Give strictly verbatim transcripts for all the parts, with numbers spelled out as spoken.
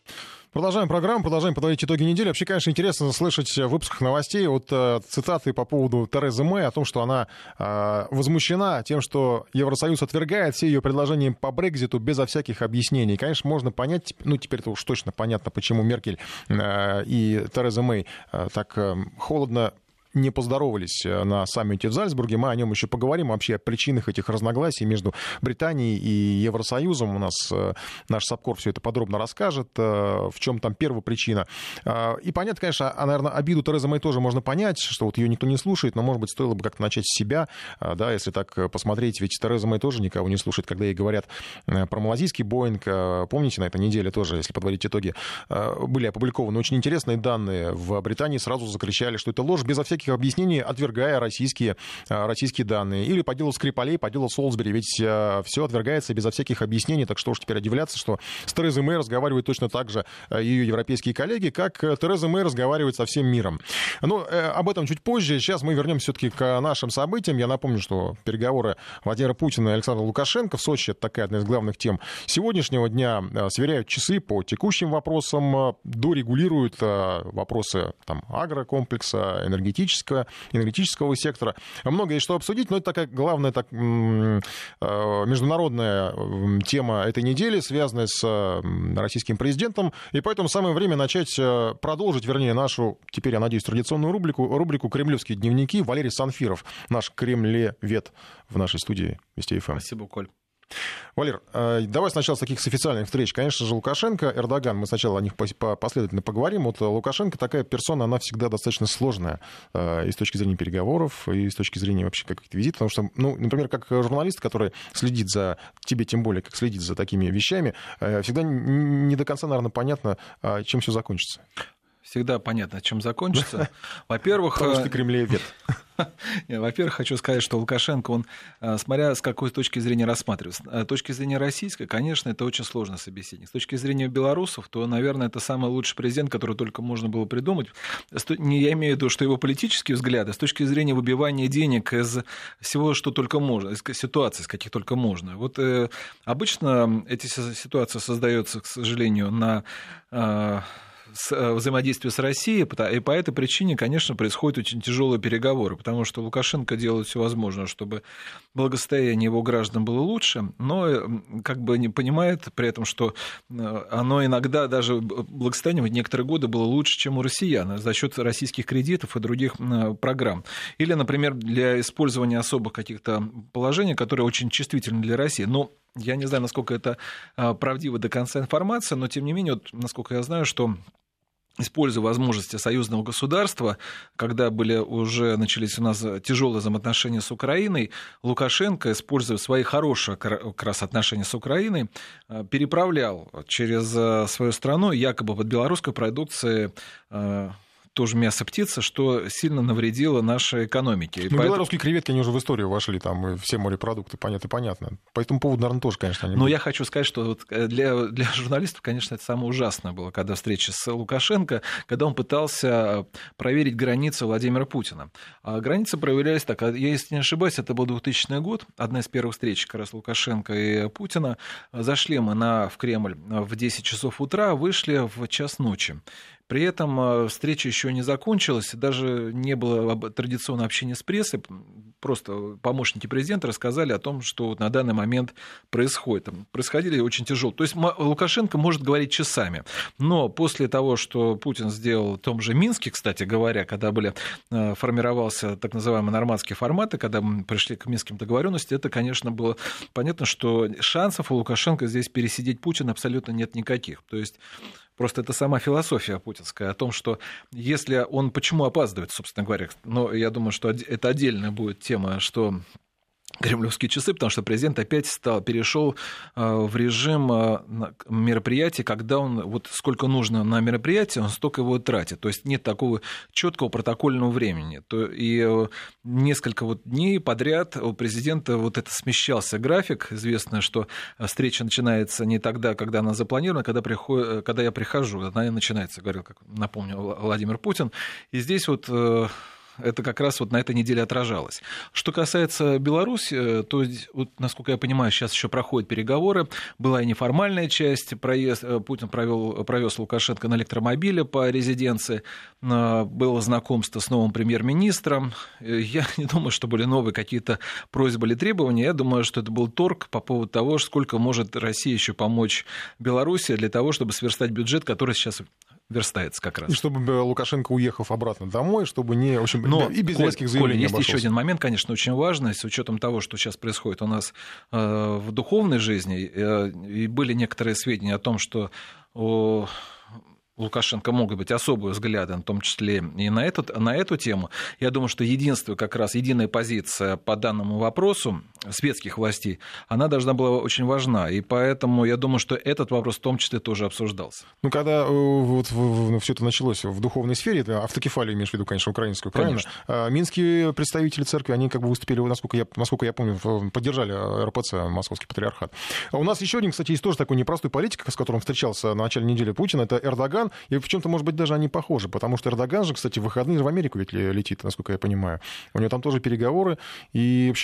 Продолжаем программу, продолжаем подводить итоги недели. Вообще, конечно, интересно слышать в выпусках новостей вот э, цитаты по поводу Терезы Мэй о том, что она э, возмущена тем, что Евросоюз отвергает все ее предложения по Брекситу безо всяких объяснений. Конечно, можно понять, ну, теперь это уж точно понятно, почему Меркель э, и Тереза Мэй э, так э, холодно не поздоровались на саммите в Зальцбурге. Мы о нем еще поговорим, вообще о причинах этих разногласий между Британией и Евросоюзом. У нас наш САПКОР все это подробно расскажет, в чем там первопричина. И понятно, конечно, а, наверное, обиду Терезы Мэй тоже можно понять, что вот ее никто не слушает, но, может быть, стоило бы как-то начать с себя, да, если так посмотреть, ведь Тереза Мэй тоже никого не слушает, когда ей говорят про малазийский Боинг. Помните, на этой неделе тоже, если подводить итоги, были опубликованы очень интересные данные. В Британии сразу закричали, что это ложь безо всяких объяснений, отвергая российские, российские данные. Или по делу Скрипалей, по делу Солсбери. Ведь все отвергается безо всяких объяснений. Так что уж теперь удивляться, что с Терезой Мэй разговаривают точно так же ее европейские коллеги, как Тереза Мэй разговаривает со всем миром. Но об этом чуть позже. Сейчас мы вернемся все-таки к нашим событиям. Я напомню, что переговоры Владимира Путина и Александра Лукашенко в Сочи — это такая одна из главных тем сегодняшнего дня. Сверяют часы по текущим вопросам, дорегулируют вопросы там, агрокомплекса, энергетического энергетического сектора. Много есть что обсудить, но это такая главная так, международная тема этой недели, связанная с российским президентом. И поэтому самое время начать, продолжить, вернее, нашу, теперь, я надеюсь, традиционную рубрику, рубрику «Кремлевские дневники». Валерий Санфиров, наш кремлевед в нашей студии Вести эф эм. Спасибо, Коль. Валер, давай сначала с таких с официальных встреч. Конечно же, Лукашенко, Эрдоган, мы сначала о них последовательно поговорим. Вот Лукашенко такая персона, она всегда достаточно сложная и с точки зрения переговоров, и с точки зрения вообще каких-то визитов. Потому что, ну, например, как журналист, который следит за, тебе тем более, как следит за такими вещами, всегда не до конца, наверное, понятно, чем все закончится. Всегда понятно, чем закончится. Во-первых... Потому что ты кремлевед. Во-первых, хочу сказать, что Лукашенко, он, смотря с какой точки зрения рассматривается. С точки зрения российской, конечно, это очень сложный собеседник. С точки зрения белорусов, то, наверное, это самый лучший президент, который только можно было придумать. Я имею в виду, что его политические взгляды, с точки зрения выбивания денег из всего, что только можно, из ситуаций, из каких только можно. Вот э, обычно эти ситуации создаются, к сожалению, на... Э, взаимодействие с Россией, и по этой причине, конечно, происходят очень тяжелые переговоры, потому что Лукашенко делает все возможное, чтобы благосостояние его граждан было лучше, но как бы не понимает при этом, что оно иногда даже благосостояние в некоторые годы было лучше, чем у россиян за счет российских кредитов и других программ. Или, например, для использования особых каких-то положений, которые очень чувствительны для России. Но я не знаю, насколько это правдива до конца информация, но тем не менее, вот, насколько я знаю, что используя возможности союзного государства, когда были уже начались у нас тяжелые взаимоотношения с Украиной, Лукашенко, используя свои хорошие как раз отношения с Украиной, переправлял через свою страну якобы под белорусской продукцией тоже мясо птицы, что сильно навредило нашей экономике. Ну, поэтому... белорусские креветки, они уже в историю вошли, там все морепродукты, понятно, понятно. По этому поводу, наверное, тоже, конечно, они... Но я хочу сказать, что вот для, для журналистов, конечно, это самое ужасное было, когда встреча с Лукашенко, когда он пытался проверить границы Владимира Путина. А границы проверялись так, я, если не ошибаюсь, это был двухтысячный год, одна из первых встреч как раз Лукашенко и Путина. Зашли мы на, в Кремль в десять часов утра, вышли в час ночи. При этом встреча еще не закончилась, даже не было традиционного общения с прессой, просто помощники президента рассказали о том, что на данный момент происходит. Происходили очень тяжело. То есть Лукашенко может говорить часами, но после того, что Путин сделал в том же Минске, кстати говоря, когда были, формировался так называемый нормандский формат, и когда мы пришли к минским договоренностям, это, конечно, было понятно, что шансов у Лукашенко здесь пересидеть Путина абсолютно нет никаких. То есть просто это сама философия путинская о том, что если он почему опаздывает, собственно говоря, но я думаю, что это отдельная будет тема, что кремлевские часы, потому что президент опять стал, перешел в режим мероприятий, когда он, вот сколько нужно на мероприятие, он столько его тратит. То есть нет такого четкого протокольного времени. И несколько вот дней подряд у президента вот это смещался график. Известно, что встреча начинается не тогда, когда она запланирована, когда, приход... когда я прихожу. Она начинается, говорил, как напомню, Владимир Путин. И здесь вот это как раз вот на этой неделе отражалось. Что касается Беларуси, то, вот, насколько я понимаю, сейчас еще проходят переговоры. Была и неформальная часть. Проезд, Путин провел, провез Лукашенко на электромобиле по резиденции. Было знакомство с новым премьер-министром. Я не думаю, что были новые какие-то просьбы или требования. Я думаю, что это был торг по поводу того, сколько может Россия еще помочь Беларуси для того, чтобы сверстать бюджет, который сейчас верстается как раз. И чтобы Лукашенко, уехав обратно домой, чтобы не... В общем, Но, и без Коль, резких заявлений Коль, есть обошелся. еще один момент, конечно, очень важный, с учетом того, что сейчас происходит у нас э, в духовной жизни. Э, и были некоторые сведения о том, что у Лукашенко могут быть особые взгляды, в том числе и на эту, на эту тему. Я думаю, что единство, как раз единая позиция по данному вопросу светских властей, она должна была очень важна. И поэтому я думаю, что этот вопрос в том числе тоже обсуждался. Ну, когда вот, все это началось в духовной сфере, это автокефалию имеешь в виду, конечно, украинскую, правильно? Конечно. Минские представители церкви, они как бы выступили, насколько я, насколько я помню, поддержали эр пэ цэ, Московский патриархат. А у нас еще один, кстати, есть тоже такой непростой политик, с которым встречался на начале недели Путин, это Эрдоган. И в чем-то, может быть, даже они похожи, потому что Эрдоган же, кстати, в выходные в Америку ведь летит, насколько я понимаю. У него там тоже переговоры, и, в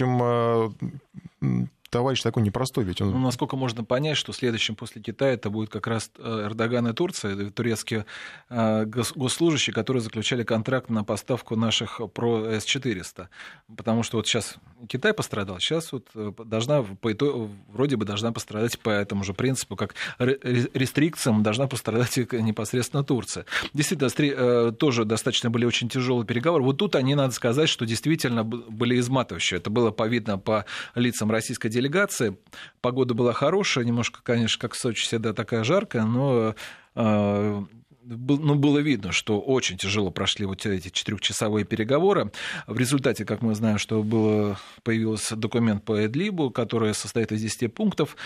общем, товарищ такой непростой ведь. Он... Ну, насколько можно понять, что следующим после Китая это будет как раз Эрдоган и Турция, турецкие госслужащие, которые заключали контракт на поставку наших Про эс четыреста. Потому что вот сейчас Китай пострадал, сейчас вот должна, по итогу, вроде бы должна пострадать по этому же принципу, как рестрикциям должна пострадать непосредственно Турция. Действительно, тоже достаточно были очень тяжелые переговоры. Вот тут они, надо сказать, что действительно были изматывающие. Это было повидно по лицам российской делегации. Делегация. Погода была хорошая, немножко, конечно, как в Сочи всегда такая жаркая, но э, ну, было видно, что очень тяжело прошли вот эти четырехчасовые переговоры. В результате, как мы знаем, что было, появился документ по Идлибу, который состоит из десяти пунктов.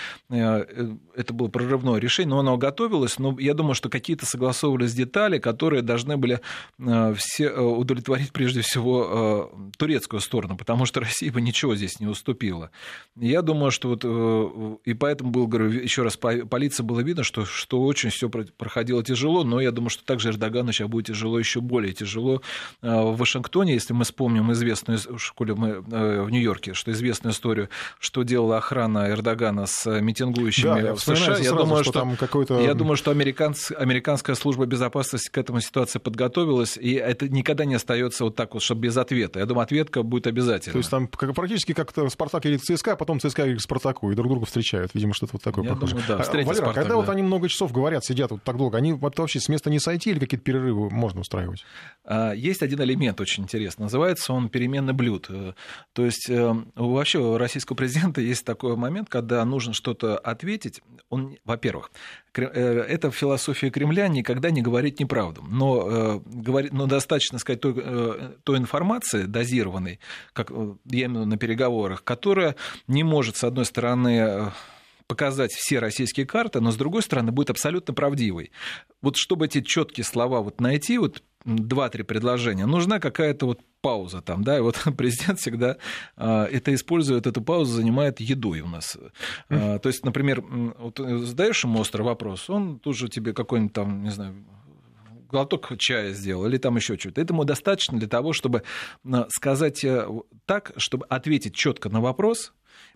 Это было прорывное решение, но оно готовилось. Но я думаю, что какие-то согласовывались детали, которые должны были все удовлетворить прежде всего турецкую сторону, потому что Россия бы ничего здесь не уступила. Я думаю, что вот и поэтому было, говорю, еще раз, по лицам было видно, что, что очень все проходило тяжело, но я думаю, что также Эрдогану сейчас будет тяжело, еще более тяжело в Вашингтоне, если мы вспомним известную, в школе мы в Нью-Йорке, что известную историю, что делала охрана Эрдогана с митингующими да, в США. Я, сразу, думаю, что что, там какой-то... я думаю, что американц, американская служба безопасности к этому ситуации подготовилась, и это никогда не остается вот так вот, чтобы без ответа. Я думаю, ответка будет обязательно. То есть там практически как-то Спартак едет в ЦСКА, а потом ЦСКА едет к Спартаку, и друг друга встречают. Видимо, что-то вот такое я похоже. Думаю, да, а, Валера, Спартак, когда да. вот они много часов говорят, сидят вот так долго, они вообще с места не сойти или какие-то перерывы можно устраивать? Есть один элемент очень интересный. Называется он перемена блюд. То есть вообще у российского президента есть такой момент, когда нужно что-то ответить. Он, во-первых, это философия Кремля никогда не говорить неправду. Но, но достаточно сказать той, той информации дозированной, как я имею в виду на переговорах, которая не может, с одной стороны, показать все российские карты, но, с другой стороны, будет абсолютно правдивой. Вот чтобы эти четкие слова вот найти, вот два-три предложения, нужна какая-то вот пауза там, да, и вот президент всегда а, это использует, эту паузу занимает едой у нас. А, то есть, например, вот задаешь ему острый вопрос, он тут же тебе какой-нибудь там, не знаю, глоток чая сделал или там еще что-то. Этому достаточно для того, чтобы сказать так, чтобы ответить четко на вопрос,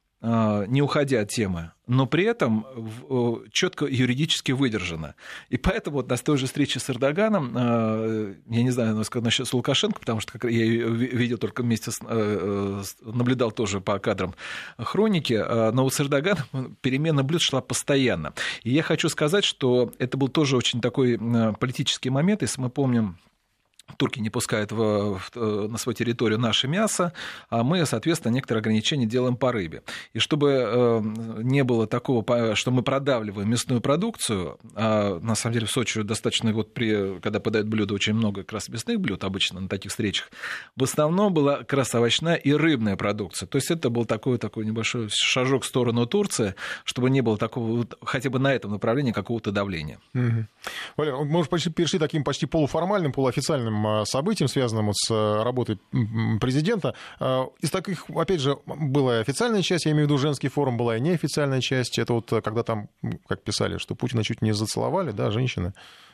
не уходя от темы, но при этом четко юридически выдержано. И поэтому вот на той же встрече с Эрдоганом, я не знаю, насчет с Лукашенко, потому что я ее видел только вместе, с, наблюдал тоже по кадрам хроники, но вот с Эрдоганом перемена блюд шла постоянно. И я хочу сказать, что это был тоже очень такой политический момент, если мы помним, турки не пускают в, в, на свою территорию наше мясо, а мы, соответственно, некоторые ограничения делаем по рыбе. И чтобы э, не было такого, что мы продавливаем мясную продукцию, а на самом деле в Сочи достаточно, вот при, когда подают блюда, очень много как раз мясных блюд обычно на таких встречах, в основном была как раз овощная и рыбная продукция. То есть это был такой, такой небольшой шажок в сторону Турции, чтобы не было такого, хотя бы на этом направлении какого-то давления. Угу. Валер, мы уже почти перешли таким почти полуформальным, полуофициальным событиям, связанным с работой президента. Из таких, опять же, была и официальная часть, я имею в виду женский форум, была и неофициальная часть. Это вот когда там, как писали, что Путина чуть не зацеловали, да, женщины.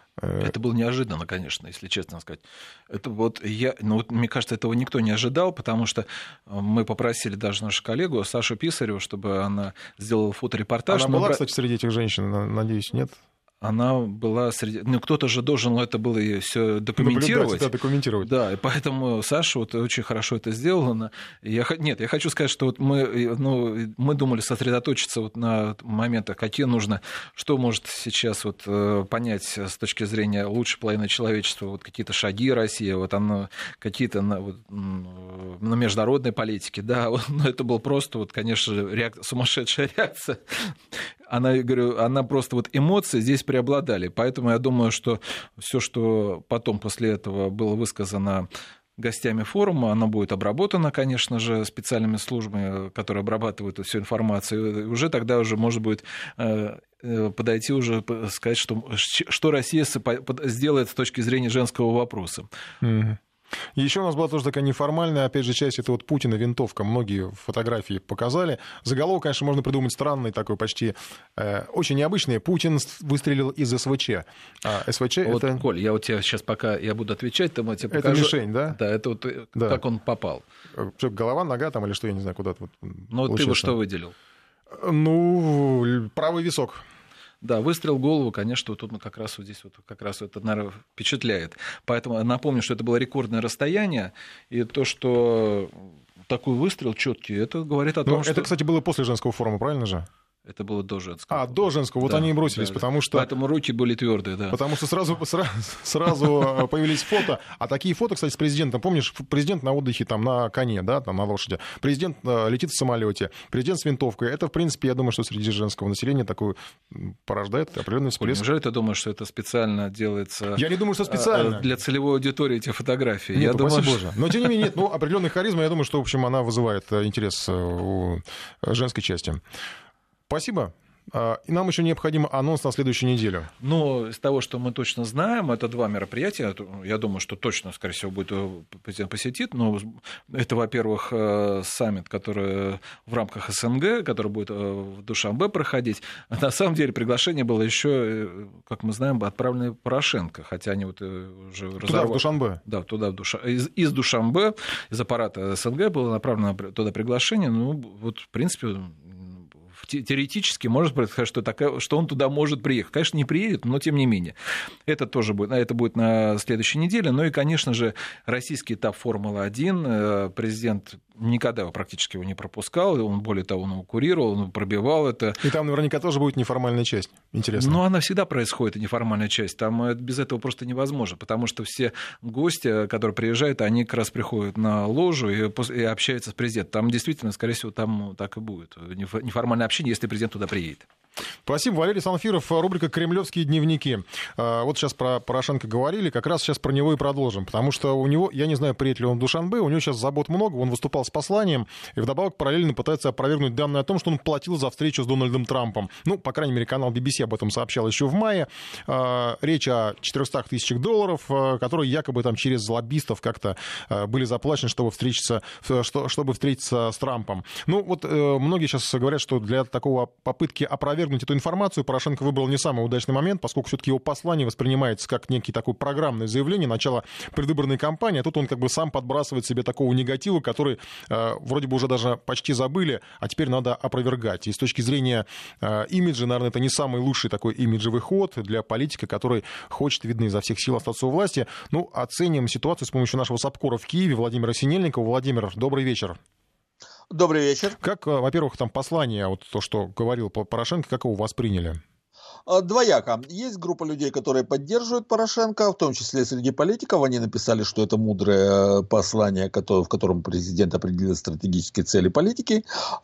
Это было неожиданно, конечно, если честно сказать. Это вот я, ну, вот, мне кажется, этого никто не ожидал, потому что мы попросили даже нашу коллегу Сашу Писареву, чтобы она сделала фоторепортаж. Она была, бра... кстати, среди этих женщин, надеюсь, нет? Она была среди... Ну, кто-то же должен это было все документировать. Да, документировать. Да, и поэтому Саша вот очень хорошо это сделала. Я... Нет, я хочу сказать, что вот мы, ну, мы думали сосредоточиться вот на моментах, какие нужно, что может сейчас вот понять с точки зрения лучшей половины человечества, вот какие-то шаги России, вот оно, какие-то на, вот, на международной политике, да, но это был просто, вот, конечно же, реак... сумасшедшая реакция. Она, говорю, она просто вот эмоции здесь преобладали. Поэтому я думаю, что все, что потом после этого было высказано гостями форума, оно будет обработано, конечно же, специальными службами, которые обрабатывают всю информацию. И уже тогда уже может будет подойти уже сказать, что, что Россия сделает с точки зрения женского вопроса. Mm-hmm. И еще у нас была тоже такая неформальная, опять же, часть, это вот Путина винтовка. Многие фотографии показали. Заголовок, конечно, можно придумать странный, такой почти э, очень необычный. Путин выстрелил из СВЧ. А СВЧ вот, это... Коль, я вот тебе сейчас пока я буду отвечать, то я тебе покажу. Это мишень, да? Да, это вот да. Как он попал. Голова, нога там или что, я не знаю, куда-то. Вот, ну, вот ты его что выделил? Ну, правый висок. Да, выстрел в голову, конечно, вот тут как раз вот здесь вот как раз это, наверное, впечатляет. Поэтому напомню, что это было рекордное расстояние, и то, что такой выстрел четкий, это говорит о том, ну, что... Это, кстати, было после женского форума, правильно же? Это было до женского. А, до женского, вот да, они и бросились, да, потому что... Поэтому руки были твердые, да. Потому что сразу, сразу, сразу появились фото, а такие фото, кстати, с президентом, помнишь, президент на отдыхе там на коне, да, там на лошади, президент летит в самолете, президент с винтовкой, это, в принципе, я думаю, что среди женского населения такое порождает определенный всплеск. Неужели ты думаешь, что это специально делается... Я не думаю, что специально. Для целевой аудитории эти фотографии. Нет, я ну, думаю, спасибо что... Боже. Но, тем не менее, нет, ну, определенная харизма, я думаю, что, в общем, она вызывает интерес у женской части. Спасибо. И нам еще необходим анонс на следующую неделю. Ну, из того, что мы точно знаем, это два мероприятия. Я думаю, что точно, скорее всего, будет президент посетит. Но это, во-первых, саммит, который в рамках СНГ, который будет в Душанбе проходить. А на самом деле приглашение было еще, как мы знаем, отправлено Порошенко, хотя они вот уже туда, разорвали. в Душанбе? Да, туда, в Душа... из, из Душанбе, из аппарата СНГ было направлено туда приглашение. Ну, вот, в принципе... Теоретически может быть, что, такая, что он туда может приехать. Конечно, не приедет, но тем не менее. Это тоже будет, это будет на следующей неделе. Ну и, конечно же, российский этап Формулы один. Президент никогда его практически его не пропускал. Он, более того, он его курировал, он пробивал это. И там наверняка тоже будет неформальная часть. Интересно. Но она всегда происходит, неформальная часть. Там без этого просто невозможно, потому что все гости, которые приезжают, они как раз приходят на ложу и, и общаются с президентом. Там действительно, скорее всего, там так и будет. Неформальное общение, если президент туда приедет. Спасибо. Валерий Санфиров, рубрика «Кремлевские дневники». Вот сейчас про Порошенко говорили, как раз сейчас про него и продолжим, потому что у него, я не знаю, приедет ли он в Душанбе, у него сейчас забот много, он выступал с посланием, и вдобавок параллельно пытается опровергнуть данные о том, что он платил за встречу с Дональдом Трампом. Ну, по крайней мере, канал би би си об этом сообщал еще в мае. Речь о четырехстах тысячах долларов, которые якобы там через лоббистов как-то были заплачены, чтобы встретиться, чтобы встретиться с Трампом. Ну, вот многие сейчас говорят, что для такого попытки опровергнуть эту информацию Порошенко выбрал не самый удачный момент, поскольку все-таки его послание воспринимается как некий такой программное заявление, начало предвыборной кампании, а тут он как бы сам подбрасывает себе такого негатива, который э, вроде бы уже даже почти забыли, а теперь надо опровергать. И с точки зрения э, имиджа, наверное, это не самый лучший такой имиджевый ход для политика, который хочет, видно, изо всех сил остаться у власти. Ну, оценим ситуацию с помощью нашего САПКОРа в Киеве Владимира Синельникова. Владимир, добрый вечер. Добрый вечер. Как, во-первых, там послание, вот то, что говорил Порошенко, как его восприняли? Двояко. Есть группа людей, которые поддерживают Порошенко, в том числе среди политиков. Они написали, что это мудрое послание, в котором президент определил стратегические цели политики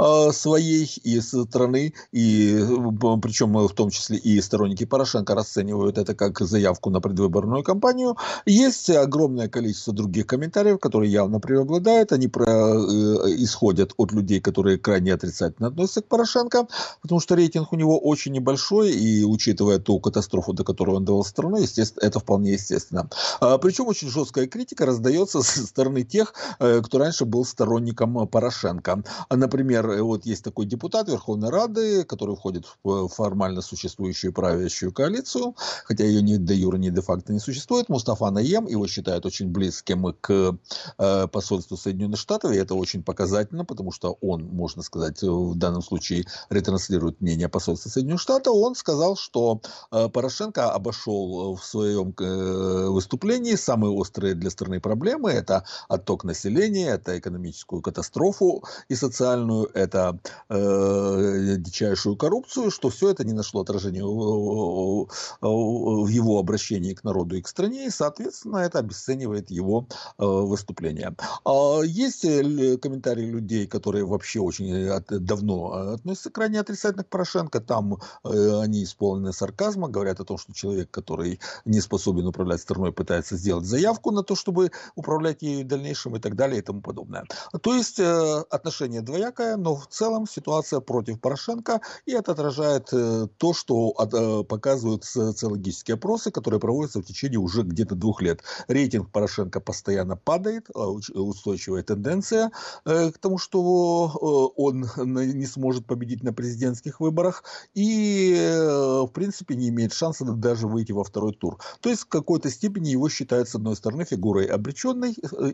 своей и страны, и причем в том числе и сторонники Порошенко расценивают это как заявку на предвыборную кампанию. Есть огромное количество других комментариев, которые явно преобладают. Они про, исходят от людей, которые крайне отрицательно относятся к Порошенко, потому что рейтинг у него очень небольшой, и и учитывая ту катастрофу, до которой он довел страну, естественно, это вполне естественно. Причем очень жесткая критика раздается со стороны тех, кто раньше был сторонником Порошенко. Например, вот есть такой депутат Верховной Рады, который входит в формально существующую правящую коалицию, хотя ее ни де юре, ни де факто не существует. Мустафа Найем, его считают очень близким к посольству Соединенных Штатов, и это очень показательно, потому что он, можно сказать, в данном случае ретранслирует мнение посольства Соединенных Штатов. Он сказал, что Порошенко обошел в своем выступлении самые острые для страны проблемы. Это отток населения, это экономическую катастрофу и социальную, это э, дичайшую коррупцию, что все это не нашло отражения в, в его обращении к народу и к стране, и, соответственно, это обесценивает его э, выступление. А есть комментарии людей, которые вообще очень от, давно относятся крайне отрицательно к Порошенко. Там э, они исполнены сарказма, говорят о том, что человек, который не способен управлять страной, пытается сделать заявку на то, чтобы управлять ею в дальнейшем и так далее и тому подобное. То есть э, отношение двоякое, но в целом ситуация против Порошенко, и это отражает э, то, что от, э, показывают социологические опросы, которые проводятся в течение уже где-то двух лет. Рейтинг Порошенко постоянно падает, устойчивая тенденция э, к тому, что э, он не сможет победить на президентских выборах и э, в принципе не имеет шанса даже выйти во второй тур. То есть в какой-то степени его считают с одной стороны фигурой обреченной,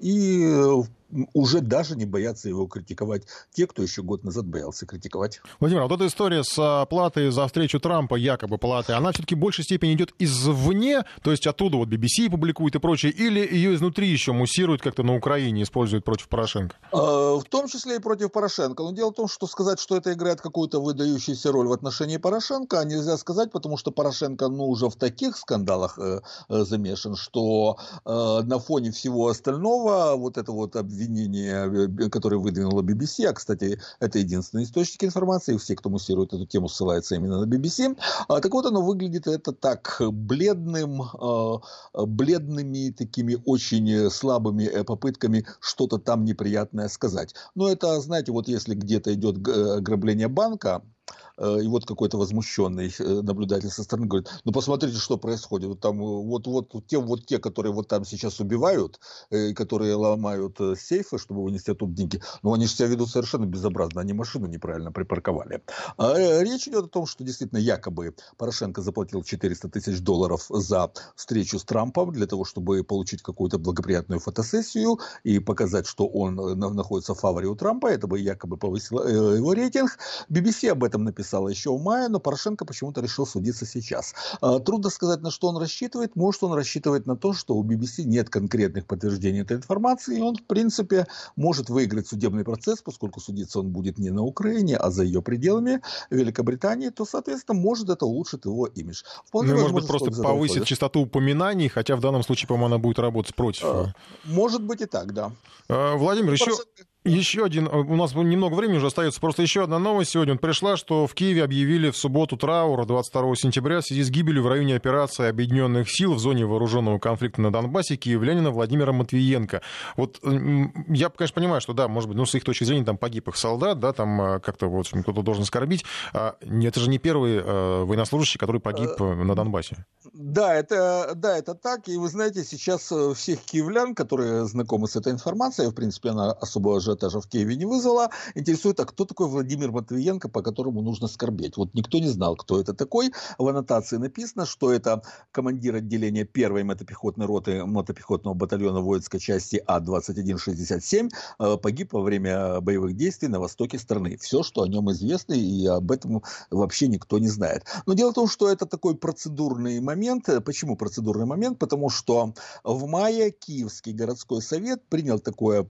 и уже даже не боятся его критиковать те, кто еще год назад боялся критиковать. Владимир, а вот эта история с платой за встречу Трампа, якобы платы, она все-таки в большей степени идет извне, то есть оттуда вот би би си публикует и прочее, или ее изнутри еще муссируют как-то на Украине, используют против Порошенко? В том числе и против Порошенко. Но дело в том, что сказать, что это играет какую-то выдающуюся роль в отношении Порошенко, нельзя сказать, потому что Порошенко ну, уже в таких скандалах э, замешан, что э, на фоне всего остального вот это вот обвинение, которое выдвинула би би си, а, кстати, это единственный источник информации, все, кто муссирует эту тему, ссылаются именно на би би си, а, так вот оно выглядит это так бледным, э, бледными такими очень слабыми попытками что-то там неприятное сказать. Но это, знаете, вот если где-то идет ограбление банка, и вот какой-то возмущенный наблюдатель со стороны говорит: ну посмотрите, что происходит. Вот, там, вот, вот, те, вот те, которые вот там сейчас убивают, которые ломают сейфы, чтобы вынести оттуда деньги, ну они же себя ведут совершенно безобразно, они машину неправильно припарковали. А речь идет о том, что действительно якобы Порошенко заплатил четыреста тысяч долларов за встречу с Трампом для того, чтобы получить какую-то благоприятную фотосессию и показать, что он находится в фаворе у Трампа. Это бы якобы повысило его рейтинг. би би си об этом написала еще в мае, но Порошенко почему-то решил судиться сейчас. Трудно сказать, на что он рассчитывает. Может, он рассчитывает на то, что у би би си нет конкретных подтверждений этой информации, и он, в принципе, может выиграть судебный процесс, поскольку судиться он будет не на Украине, а за ее пределами Великобритании, то, соответственно, может, это улучшит его имидж. Вполне ну, возможно, может быть, просто повысит ходит. частоту упоминаний, хотя в данном случае, по-моему, она будет работать против. А, может быть и так, да. А, Владимир, еще... Еще один, у нас немного времени уже остается, просто еще одна новость сегодня пришла, что в Киеве объявили в субботу траур двадцать второго сентября в связи с гибелью в районе операции Объединенных сил в зоне вооруженного конфликта на Донбассе киевлянина Владимира Матвиенко. Вот я, конечно, понимаю, что да, может быть, ну, с их точки зрения, там погиб их солдат, да, там как-то вот кто-то должен скорбить. Это же не первый военнослужащий, который погиб на Донбассе. Да, это, да, это так, и вы знаете, сейчас всех киевлян, которые знакомы с этой информацией, в принципе, она особо же ажиотажа в Киеве не вызвала, интересует, а кто такой Владимир Матвиенко, по которому нужно скорбеть. Вот никто не знал, кто это такой. В аннотации написано, что это командир отделения первой мотопехотной роты мотопехотного батальона воинской части А двадцать один шестьдесят семь, погиб во время боевых действий на востоке страны. Все, что о нем известно, и об этом вообще никто не знает. Но дело в том, что это такой процедурный момент. Почему процедурный момент? Потому что в мае Киевский городской совет принял такое,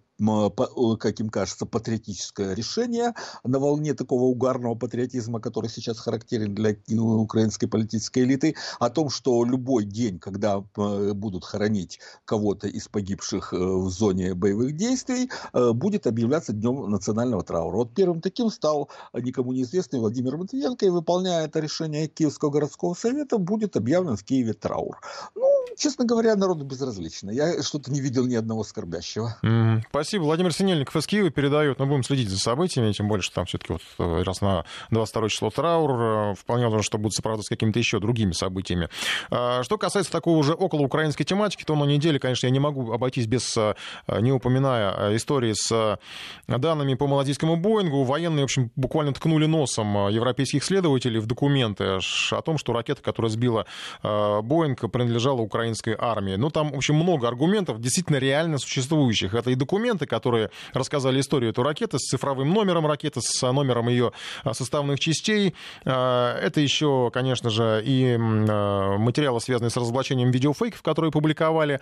как им кажется, патриотическое решение на волне такого угарного патриотизма, который сейчас характерен для украинской политической элиты, о том, что любой день, когда будут хоронить кого-то из погибших в зоне боевых действий, будет объявляться днем национального траура. Вот первым таким стал никому неизвестный Владимир Матвиенко, и, выполняя это решение Киевского городского совета, будет объявлен в Киеве траур. Ну, честно говоря, народу безразлично. Я что-то не видел ни одного скорбящего. Mm-hmm. Спасибо. Владимир Синельников из Киева передает. Мы будем следить за событиями, тем более, что там все-таки вот раз на двадцать второе число траур. Вполне возможно, что будет сопровождаться какими-то еще другими событиями. Что касается такой уже околоукраинской тематики, то на неделе, конечно, я не могу обойтись без, не упоминая истории с данными по малазийскому Боингу. Военные, в общем, буквально ткнули носом европейских следователей в документы о том, что ракета, которая сбила Боинг, принадлежала украинской армии. Ну, там, в общем, много аргументов, действительно реально существующих. Это и документы, которые рассказали историю этой ракеты с цифровым номером ракеты, с номером ее составных частей. Это еще, конечно же, и материалы, связанные с разоблачением видеофейков, которые публиковали,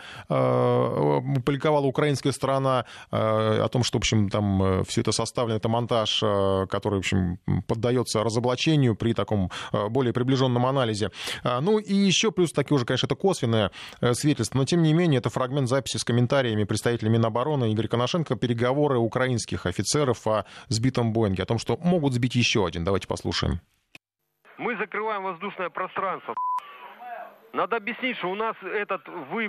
публиковала украинская сторона, о том, что, в общем, там все это составлено, это монтаж, который, в общем, поддается разоблачению при таком более приближенном анализе. Ну и еще плюс такие уже, конечно, это косвенное свидетельство, но тем не менее это фрагмент записи с комментариями представителя Минобороны Игоря Коношенко, переговоры украинских офицеров о сбитом Боинге, о том, что могут сбить еще один. Давайте послушаем. Мы закрываем воздушное пространство. Надо объяснить, что у нас этот вы,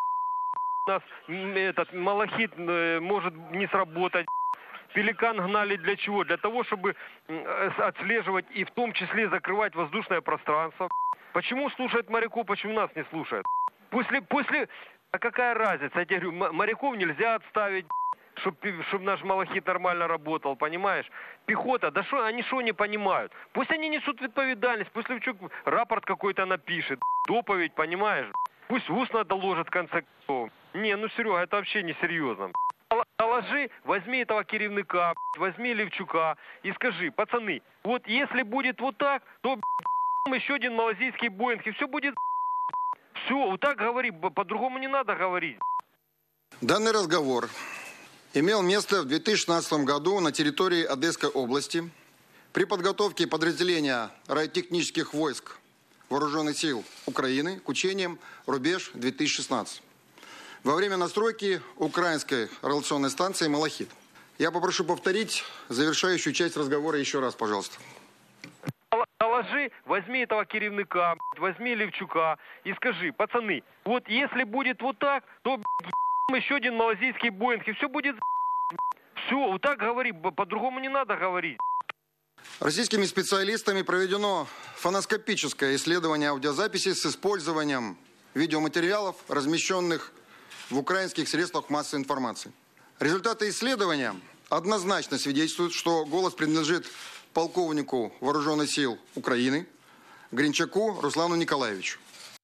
у нас этот малахит может не сработать. Пеликан гнали для чего? Для того, чтобы отслеживать и в том числе закрывать воздушное пространство. Почему слушают моряков, почему нас не слушают? После, после, а какая разница? Я тебе говорю, моряков нельзя отставить, чтобы чтоб наш малахит нормально работал, понимаешь? Пехота, да что, они что не понимают? Пусть они несут ответственность, пусть Левчук рапорт какой-то напишет, доповедь, понимаешь? Пусть устно доложит в конце концов. Не, ну Серега, это вообще не серьезно. Доложи, возьми этого керівника, возьми Левчука и скажи, пацаны, вот если будет вот так, то еще один малазийский Боинг, и все будет. Все, вот так говори, по-другому не надо говорить. Данный разговор имел место в две тысячи шестнадцатом году на территории Одесской области при подготовке подразделения радиотехнических войск Вооруженных сил Украины к учениям «Рубеж-две тысячи шестнадцать». Во время настройки украинской радиационной станции «Малахит». Я попрошу повторить завершающую часть разговора еще раз, пожалуйста. Доложи, возьми этого керівника, возьми Левчука и скажи, пацаны, вот если будет вот так, то еще один малазийский Боинг, и все будет. Все, вот так говори, по-другому не надо говорить. Российскими специалистами проведено фоноскопическое исследование аудиозаписи с использованием видеоматериалов, размещенных в украинских средствах массовой информации. Результаты исследования однозначно свидетельствуют, что голос принадлежит полковнику Вооруженных сил Украины Гринчаку Руслану Николаевичу.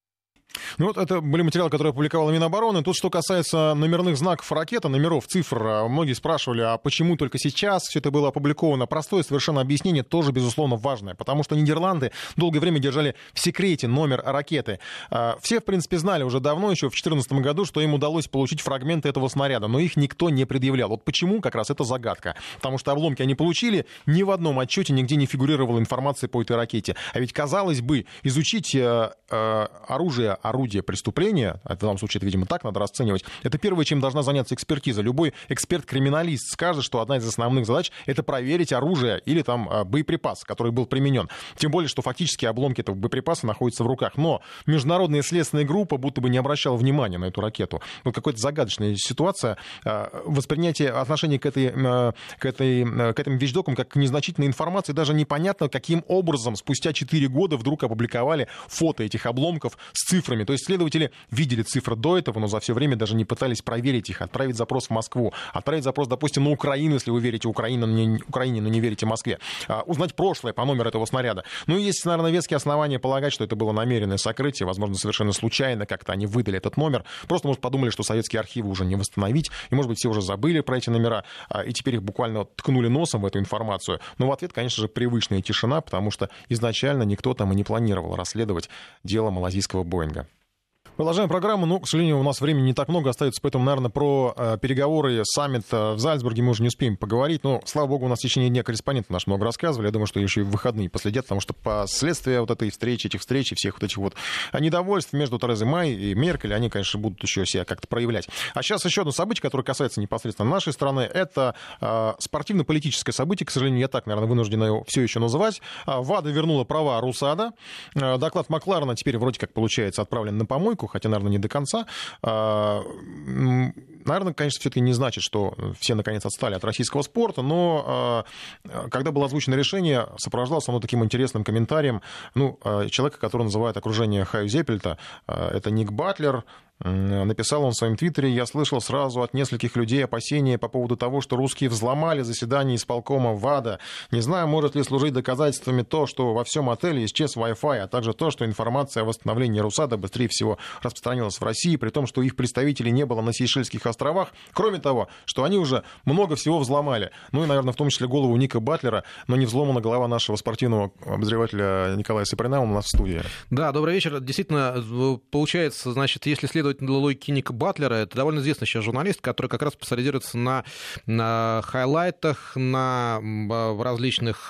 Ну вот это были материалы, которые опубликовала Минобороны. Тут, что касается номерных знаков ракеты, номеров, цифр, многие спрашивали, а почему только сейчас все это было опубликовано? Простое совершенно объяснение, тоже, безусловно, важное. Потому что Нидерланды долгое время держали в секрете номер ракеты. Все, в принципе, знали уже давно, еще в две тысячи четырнадцатом году, что им удалось получить фрагменты этого снаряда, но их никто не предъявлял. Вот почему, как раз это загадка. Потому что обломки они получили, ни в одном отчете нигде не фигурировала информация по этой ракете. А ведь, казалось бы, изучить э, э, оружие, орудие преступления, в данном случае это, видимо, так надо расценивать, это первое, чем должна заняться экспертиза. Любой эксперт-криминалист скажет, что одна из основных задач — это проверить оружие или там боеприпас, который был применен. Тем более, что фактически обломки этого боеприпаса находятся в руках. Но международная следственная группа будто бы не обращала внимания на эту ракету. Вот какая-то загадочная ситуация. Воспринятие отношения к, этой, к, этой, к этим вещдокам как к незначительной информации, даже непонятно, каким образом спустя четыре года вдруг опубликовали фото этих обломков с цифрами. То есть следователи видели цифры до этого, но за все время даже не пытались проверить их, отправить запрос в Москву, отправить запрос, допустим, на Украину, если вы верите Украине, но не, Украине, но не верите Москве, а, узнать прошлое по номеру этого снаряда. Ну и есть, наверное, веские основания полагать, что это было намеренное сокрытие, возможно, совершенно случайно как-то они выдали этот номер. Просто, может, подумали, что советские архивы уже не восстановить, и, может быть, все уже забыли про эти номера, а, и теперь их буквально ткнули носом в эту информацию. Но в ответ, конечно же, привычная тишина, потому что изначально никто там и не планировал расследовать дело малазийского Боинга. Продолжаем программу, но, к сожалению, у нас времени не так много остается, поэтому, наверное, про э, переговоры, саммит э, в Зальцбурге мы уже не успеем поговорить, но, слава богу, у нас в течение дня корреспонденты наши много рассказывали, я думаю, что еще и в выходные последят, потому что последствия вот этой встречи, этих встреч и всех вот этих вот недовольств между Терезой Мэй и Меркель, они, конечно, будут еще себя как-то проявлять. А сейчас еще одно событие, которое касается непосредственно нашей страны, это э, спортивно-политическое событие, к сожалению, я так, наверное, вынужден его все еще называть. ВАДА вернула права Русада, э, доклад Макларена теперь вроде как, получается, отправлен на помойку, Лукашенко, хотя, наверное, не до конца. Наверное, конечно, все-таки не значит, что все, наконец, отстали от российского спорта, но когда было озвучено решение, сопровождалось оно таким интересным комментарием, ну, человека, который называют окружение Хаю Зеппельта, это Ник Батлер. Написал он в своем твиттере: «Я слышал сразу от нескольких людей опасения по поводу того, что русские взломали заседание исполкома ВАДА. Не знаю, может ли служить доказательствами то, что во всем отеле исчез Wi-Fi, а также то, что информация о восстановлении Русада быстрее всего распространилась в России, при том, что их представителей не было на Сейшельских островах. Кроме того, что они уже много всего взломали». Ну и, наверное, в том числе голову Ника Батлера, но не взломана голова нашего спортивного обозревателя Николая Саприна, он у нас в студии. Да, добрый вечер. Действительно, получается, значит, если следовать логике Ника Батлера, это довольно известный сейчас журналист, который как раз специализируется на, на хайлайтах, на различных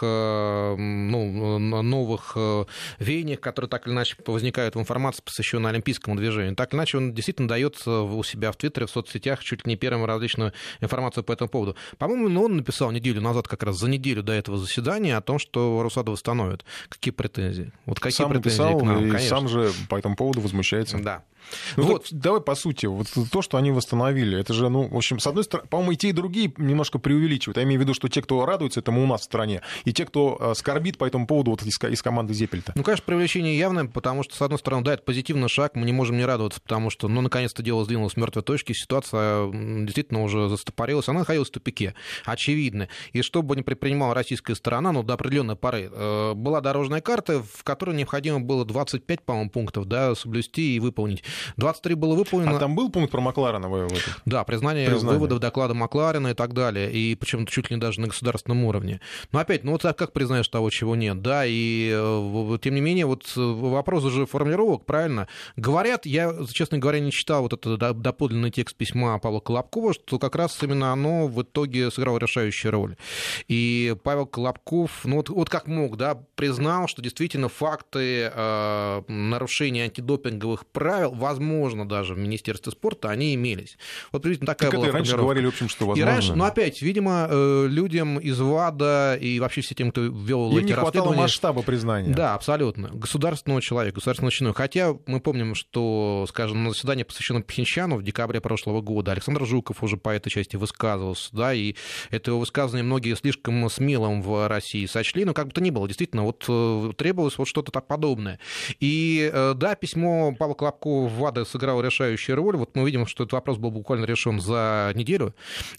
ну, новых веяниях, которые так или иначе возникают в информации, посвященной олимпийскому движению. Так или иначе, он действительно дает у себя в Твиттере, в соцсетях чуть ли не первым различную информацию по этому поводу. По-моему, ну, он написал неделю назад, как раз за неделю до этого заседания, о том, что Русада восстановит. Какие претензии? Вот какие сам претензии написал, к нам? И Конечно. сам же по этому поводу возмущается. Да. Ну, вот. так, давай по сути, вот то, что они восстановили, это же, ну, в общем, с одной стороны, по-моему, и те, и другие немножко преувеличивают. Я имею в виду, что те, кто радуется этому у нас в стране, и те, кто скорбит по этому поводу вот из, из команды Зеппельта. Ну, конечно, преувеличение явное, потому что, с одной стороны, да, это позитивный шаг, мы не можем не радоваться, потому что, ну, наконец-то дело сдвинулось с мертвой точки, ситуация действительно уже застопорилась, она находилась в тупике, очевидно. И что бы ни предпринимала российская сторона, ну, до определенной поры, была дорожная карта, в которой необходимо было двадцать пять, по-моему, пунктов, да, соблюсти и выполнить. двадцать три было выполнено. А там был пункт про Макларена в этом? Да, признание, признание выводов доклада Макларена и так далее, и почему-то чуть ли не даже на государственном уровне. Но опять, ну вот как признаешь того, чего нет, да, и тем не менее, вот вопрос уже формулировок, правильно? Говорят, я, честно говоря, не читал вот этот доподлинный текст письма Павла Колобкова, что как раз именно оно в итоге сыграло решающую роль. И Павел Колобков, ну вот, вот как мог, да, признал, что действительно факты э, нарушения антидопинговых правил, возможно, даже в Министерстве спорта, они имелись. Вот приблизительно такая так была это и раньше говорили, в общем, что возможно. И раньше, но опять, видимо, людям из ВАДА и вообще все тем, кто вел им эти не хватало расследования... масштаба признания. Да, абсолютно. Государственного человека, государственного чиновника. Хотя мы помним, что, скажем, на заседании, посвященном Пхенчану в декабре прошлого года, Александр Жуков уже по этой части высказывался, да, и это его высказывание многие слишком смелым в России сочли, но как бы то ни было, действительно, вот требовалось вот что-то так подобное. И да, письмо Павла Колобкова в ВАДА сыграло решающую роль. Вот мы видим, что этот вопрос был буквально решен за неделю,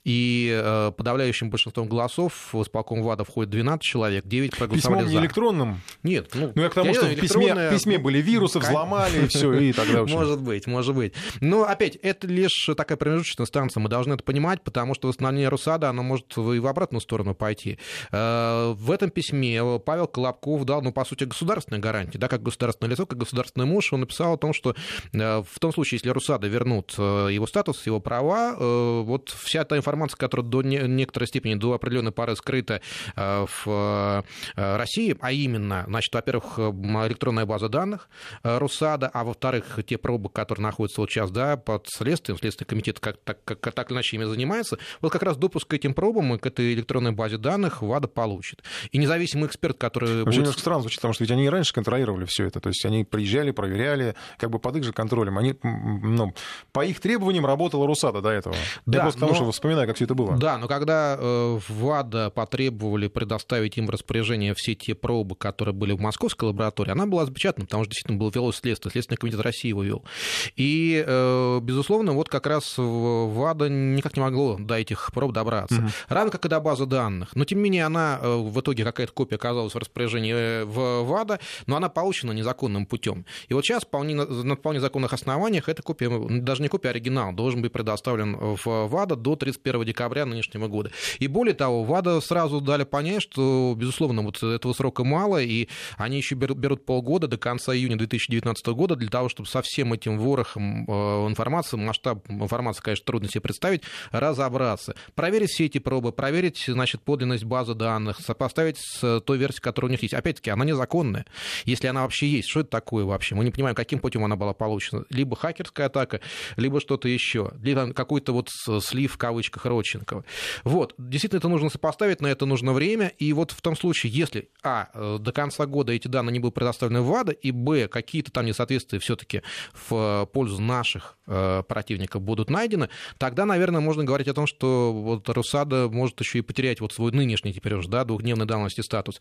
и подавляющим большинством голосов в исполком ВАДА входит двенадцать человек, девять проголосовали Письмом за. не электронным? Нет. Ну, ну я к тому, что в письме, в письме были вирусы, взломали, и все, и тогда вообще. Может быть, может быть. Но опять, это лишь такая промежуточная станция, мы должны это понимать, потому что восстановление Русада, оно может и в обратную сторону пойти. В этом письме Павел Колобков дал, ну, по сути, государственные гарантии, да, как государственное лицо, как государственный муж, он написал о том, что в том случае, если Русада вернут его статус, его права, вот вся та информация, которая до некоторой степени, до определенной поры скрыта в России, а именно, значит, во-первых, электронная база данных Русада, а во-вторых, те пробы, которые находятся вот сейчас, да, под следствием, Следственный комитет как, так, как, так или иначе ими занимается, вот как раз допуск к этим пробам и к этой электронной базе данных ВАДА получит. И независимый эксперт, который... Вообще будет... немножко странно звучит, потому что ведь они и раньше контролировали все это, то есть они приезжали, проверяли, как бы под их же контролем. Они, ну, по их требованиям работала Русада до этого. Да, я просто но... потому что вспоминаю, как все это было. Да, но когда э, ВАДА потребовали предоставить им в распоряжение все те пробы, которые были в московской лаборатории, она была запечатана, потому что действительно было велось следствие, Следственный комитет России его вел. И, э, безусловно, вот как раз ВАДА никак не могло до этих проб добраться. Угу. Равно как и до базы данных. Но, тем не менее, она э, в итоге, какая-то копия оказалась в распоряжении в ВАДА, но она получена незаконным путем. И вот сейчас вполне, на вполне законных основаниях эта копия, даже не копия, а оригинал, должен быть предоставлен в ВАДА до тридцать первого декабря нынешнего года. И более того, ВАДА сразу дали понять, что, безусловно, вот этого срока мало, и они еще берут, берут полгода до конца июня две тысячи девятнадцатого года для того, чтобы со всем этим ворохом информации, масштаб информации, конечно, трудно себе представить, разобраться. Проверить все эти пробы, проверить, значит, подлинность базы данных, сопоставить с той версией, которая у них есть. Опять-таки, она незаконная. Если она вообще есть, что это такое вообще? Мы не понимаем, каким путем она была получена. допущено. Либо хакерская атака, либо что-то еще. Либо какой-то вот слив, в кавычках, Родченкова. Вот. Действительно, это нужно сопоставить, на это нужно время. И вот в том случае, если, а, до конца года эти данные не будут предоставлены в ВАДА, и, б, какие-то там несоответствия все-таки в пользу наших противников будут найдены, тогда, наверное, можно говорить о том, что вот Росада может еще и потерять вот свой нынешний теперь уже, да, двухдневной давности статус.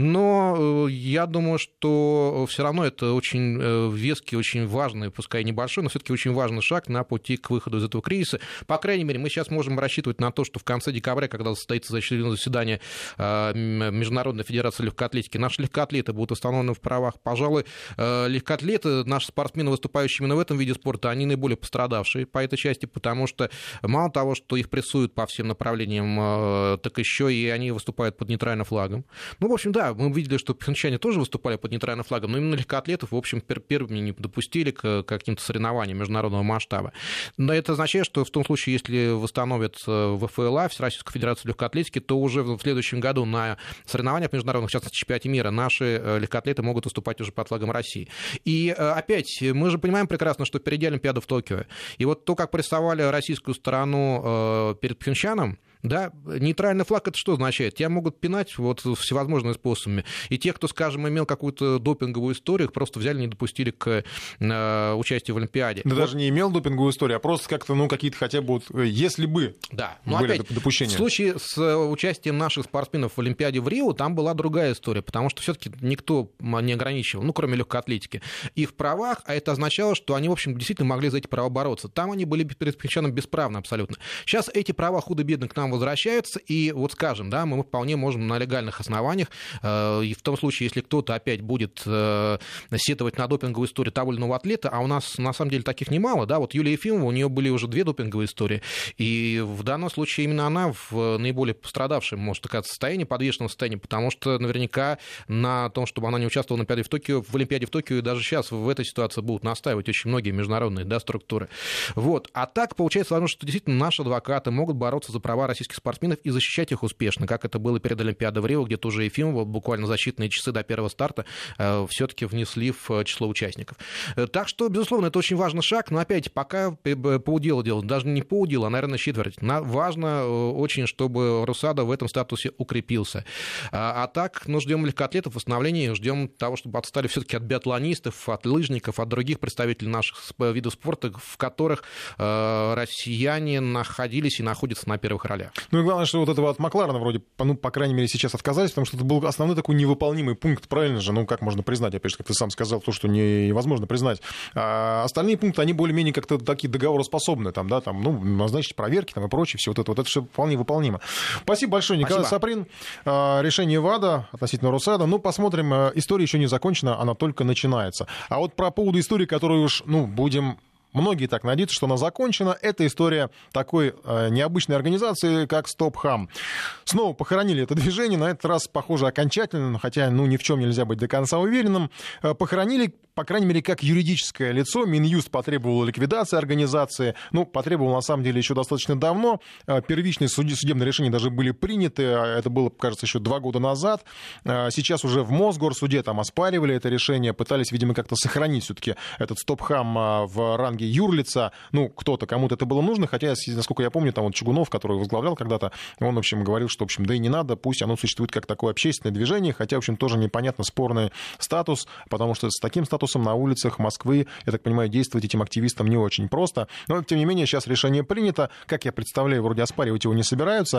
Но я думаю, что все равно это очень веский, очень важный, пускай небольшой, но все-таки очень важный шаг на пути к выходу из этого кризиса. По крайней мере, мы сейчас можем рассчитывать на то, что в конце декабря, когда состоится очередное заседание Международной Федерации легкоатлетики, наши легкоатлеты будут установлены в правах. Пожалуй, легкоатлеты, наши спортсмены, выступающие именно в этом виде спорта, они наиболее пострадавшие по этой части, потому что мало того, что их прессуют по всем направлениям, так еще и они выступают под нейтральным флагом. Ну, в общем, да, мы видели, что пхенчане тоже выступали под нейтральным флагом, но именно легкоатлетов, в общем, первыми не допустили к каким-то соревнованиям международного масштаба. Но это означает, что в том случае, если восстановят ВФЛА, Всероссийскую Федерацию легкоатлетики, то уже в следующем году на соревнованиях международных, в частности, чемпионате мира, наши легкоатлеты могут выступать уже под флагом России. И опять, мы же понимаем прекрасно, что впереди Олимпиада в Токио. И вот то, как прессовали российскую сторону перед Пхенчаном, да, нейтральный флаг — это что означает? Тебя могут пинать вот всевозможными способами. И те, кто, скажем, имел какую-то допинговую историю, их просто взяли, не допустили к э, участию в Олимпиаде. Да вот. Даже не имел допинговую историю, а просто как-то, ну, какие-то хотя бы, вот, если бы да. Но были опять, допущения. В случае с участием наших спортсменов в Олимпиаде в Рио, там была другая история, потому что все-таки никто не ограничивал, ну, кроме легкоатлетики, их в правах, а это означало, что они, в общем, действительно могли за эти права бороться. Там они были перед Пхенчаном бесправны абсолютно. Сейчас эти права худо-бедно к нам возвращаются, и вот скажем, да, мы вполне можем на легальных основаниях, э, и в том случае, если кто-то опять будет э, сетовать на допинговую историю того или иного атлета, а у нас на самом деле таких немало, да, вот Юлия Ефимова, у нее были уже две допинговые истории, и в данном случае именно она в наиболее пострадавшем, может сказать, состоянии, подвешенном состоянии, потому что наверняка на том, чтобы она не участвовала на Олимпиаде в Токио, в Олимпиаде в Токио, и даже сейчас в этой ситуации будут настаивать очень многие международные, да, структуры. Вот. А так получается, что действительно наши адвокаты могут бороться за права российских спортсменов и защищать их успешно, как это было перед Олимпиадой в Рио, где тоже Ефимова буквально за считанные часы до первого старта э, все-таки внесли в число участников. Так что, безусловно, это очень важный шаг, но опять, пока полдела делать, даже не полдела, а, наверное, четверть. Важно очень, чтобы Росада в этом статусе укрепился. А, а так, ну, ждем легкоатлетов, восстановления, ждем того, чтобы отстали все-таки от биатлонистов, от лыжников, от других представителей наших видов спорта, в которых э, россияне находились и находятся на первых ролях. Ну и главное, что вот этого от Макларена вроде, ну, по крайней мере, сейчас отказались, потому что это был основной такой невыполнимый пункт, правильно же? Ну, как можно признать, опять же, как ты сам сказал, то, что невозможно признать. А остальные пункты, они более-менее как-то такие договороспособны, там, да, там, ну, назначить проверки там и прочее, все вот это, вот это все вполне выполнимо. Спасибо большое, Николай Спасибо. Саприн. Решение ВАДА относительно Росада. Ну, посмотрим, история еще не закончена, она только начинается. А вот про поводу истории, которую уж, ну, будем... Многие так надеются, что она закончена. Это история такой э, необычной организации, как Стоп-Хам. Снова похоронили это движение, на этот раз, похоже, окончательно, хотя, ну, ни в чем нельзя быть до конца уверенным. Э, похоронили, по крайней мере, как юридическое лицо. Минюст потребовал ликвидации организации. Ну, потребовал, на самом деле, еще достаточно давно. Э, первичные суд... судебные решения даже были приняты. Это было, кажется, еще два года назад. Э, сейчас уже в Мосгорсуде там оспаривали это решение, пытались, видимо, как-то сохранить все-таки этот Стоп-Хам э, в ранге юрлица, ну, кто-то, кому-то это было нужно, хотя, насколько я помню, там вот Чугунов, который возглавлял когда-то, он, в общем, говорил, что, в общем, да и не надо, пусть оно существует как такое общественное движение, хотя, в общем, тоже непонятно спорный статус, потому что с таким статусом на улицах Москвы, я так понимаю, действовать этим активистам не очень просто, но, тем не менее, сейчас решение принято, как я представляю, вроде оспаривать его не собираются,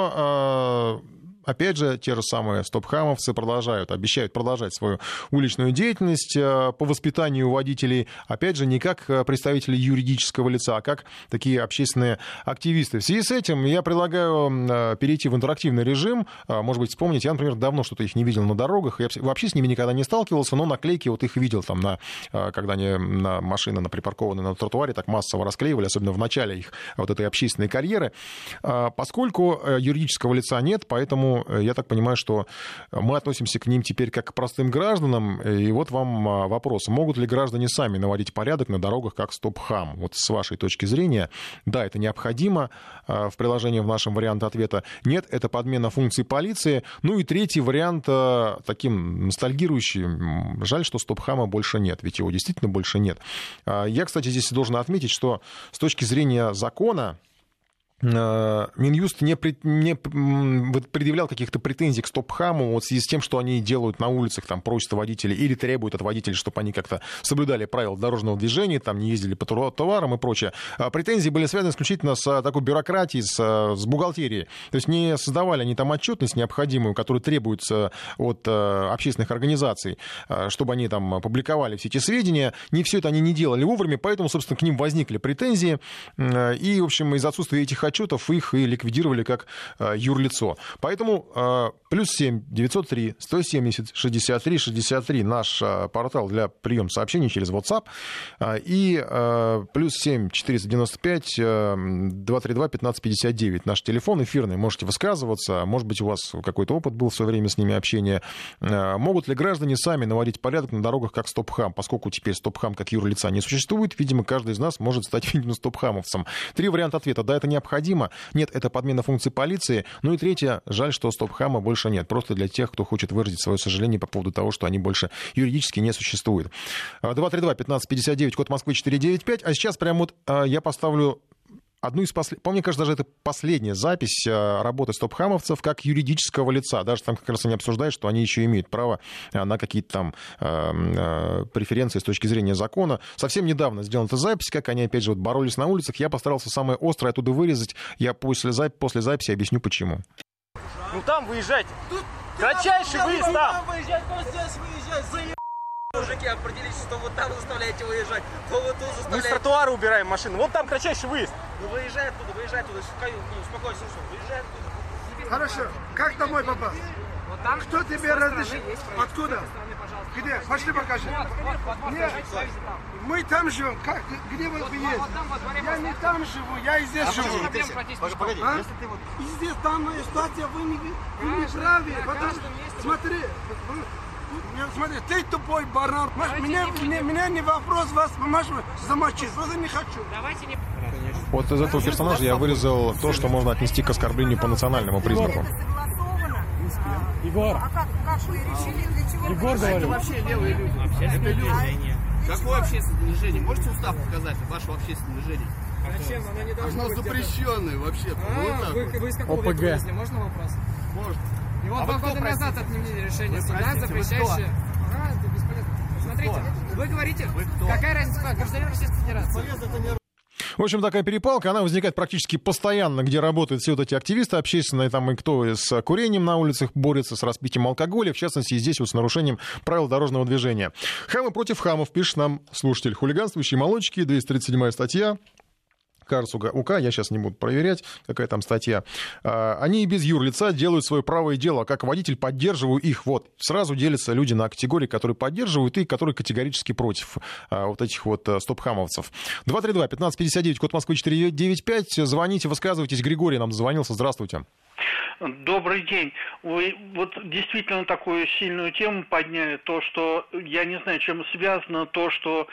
но... Э- Опять же, те же самые стоп-хамовцы продолжают, обещают продолжать свою уличную деятельность по воспитанию водителей, опять же, не как представители юридического лица, а как такие общественные активисты. В связи с этим я предлагаю перейти в интерактивный режим. Может быть, вспомнить, я, например, давно что-то их не видел на дорогах, я вообще с ними никогда не сталкивался, но наклейки вот их видел, там, на, когда они на машины на припаркованные на тротуаре так массово расклеивали, особенно в начале их вот этой общественной карьеры. Поскольку юридического лица нет, поэтому Поэтому я так понимаю, что мы относимся к ним теперь как к простым гражданам. И вот вам вопрос. Могут ли граждане сами наводить порядок на дорогах как стоп-хам? Вот с вашей точки зрения, да, это необходимо в приложении в нашем варианте ответа. Нет, это подмена функций полиции. Ну и третий вариант, таким ностальгирующий. Жаль, что стоп-хама больше нет, ведь его действительно больше нет. Я, кстати, здесь должен отметить, что с точки зрения закона Минюст не, при, не предъявлял каких-то претензий к стоп-хаму вот в связи с тем, что они делают на улицах, там, просят водителей или требуют от водителей, чтобы они как-то соблюдали правила дорожного движения, там, не ездили по тротуарам и прочее. А претензии были связаны исключительно с такой бюрократией, с, с бухгалтерией. То есть не создавали они там отчетность необходимую, которая требуется от общественных организаций, чтобы они там публиковали все эти сведения. Не все это они не делали вовремя, поэтому, собственно, к ним возникли претензии. И, в общем, из-за отсутствия этих отчетов их и ликвидировали как э, юрлицо. Поэтому э, плюс семь девятьсот три сто семьдесят шестьдесят три шестьдесят три наш э, портал для приема сообщений через WhatsApp э, и э, плюс семь четыреста девяносто пять двести тридцать два пятнадцать пятьдесят девять наш телефон эфирный. Можете высказываться. Может быть, у вас какой-то опыт был в свое время с ними общения. Э, могут ли граждане сами наводить порядок на дорогах как стоп-хам? Поскольку теперь стоп-хам как юрлица не существует, видимо, каждый из нас может стать, видимо, стоп-хамовцем. Три варианта ответа. Да, это необходимо. Нет, это подмена функций полиции. Ну и третье, жаль, что стоп-хама больше нет. Просто для тех, кто хочет выразить свое сожаление по поводу того, что они больше юридически не существуют. два три два пятнадцать пятьдесят девять, код Москвы четыреста девяносто пять. А сейчас прямо вот я поставлю одну из последних... По мне кажется, даже это последняя запись работы стоп-хамовцев как юридического лица. Даже там как раз они обсуждают, что они еще имеют право на какие-то там э, преференции с точки зрения закона. Совсем недавно сделана эта запись, как они, опять же, вот боролись на улицах. Я постарался самое острое оттуда вырезать. Я после, зап... после записи объясню, почему. Ну там выезжайте. Тут кратчайший выезд там. Выезжать, кто здесь выезжать, заеб... Мужики, определитесь, что вот там заставляете выезжать, то вы тут заставляете... Мы с тротуара убираем машину, вот там кратчайший выезд. Ну выезжай оттуда, выезжай оттуда, ну, успокойся, выезжай оттуда. Хорошо, как домой попасть? Вот там, кто тебе разрешил? Откуда? Где? Пошли покажи. Вот, вот, вот, вот, Нет, там. мы там живем. Как? Где вы вот, есть? вот, там, вот, я не там живу, я и здесь а живу. Погоди, погоди, погоди. А? если ты вот... И здесь данная ситуация, вы не, вы не правы. Потому... Смотри, смотри, ты тупой баран. Мне, мне, мне не вопрос вас можешь замочить, просто не хочу. Давайте не... Вот из этого персонажа я вырезал то, что можно отнести к оскорблению по национальному признаку. Егор, а как, как вы решили, для чего? Егор говорит. Это вообще левые люди. Общественное движение. Какое общественное движение? Можете устав показать вашего общественного движения? Зачем? Оно не должно Оно быть запрещенное вообще. А, вот так вы, вот. вы из какого века, если можно вопрос? Можно. И вот а два кто, года простите? назад отменили решение Вы, суда, простите, запрещающее... А, это бесполезно. Смотрите, кто? вы говорите, вы какая разница, гражданин Российской Федерации? В общем, такая перепалка, она возникает практически постоянно, где работают все вот эти активисты общественные, там и кто с курением на улицах борется, с распитием алкоголя, в частности, и здесь вот с нарушением правил дорожного движения. Хамы против хамов, пишет нам слушатель. Хулиганствующие молодчики, двести тридцать седьмая статья. Кажется, УК, я сейчас не буду проверять, какая там статья. Они и без юрлица делают свое правое дело. Как водитель поддерживаю их. Вот. Сразу делятся люди на категории, которые поддерживают и которые категорически против вот этих вот стоп-хамовцев. два три два пятнадцать пятьдесят девять, код Москвы четыреста девяносто пять. Звоните, высказывайтесь. Григорий нам дозвонился. Здравствуйте. Добрый день. Вы вот действительно такую сильную тему подняли. То, что, я не знаю, чем связано то, что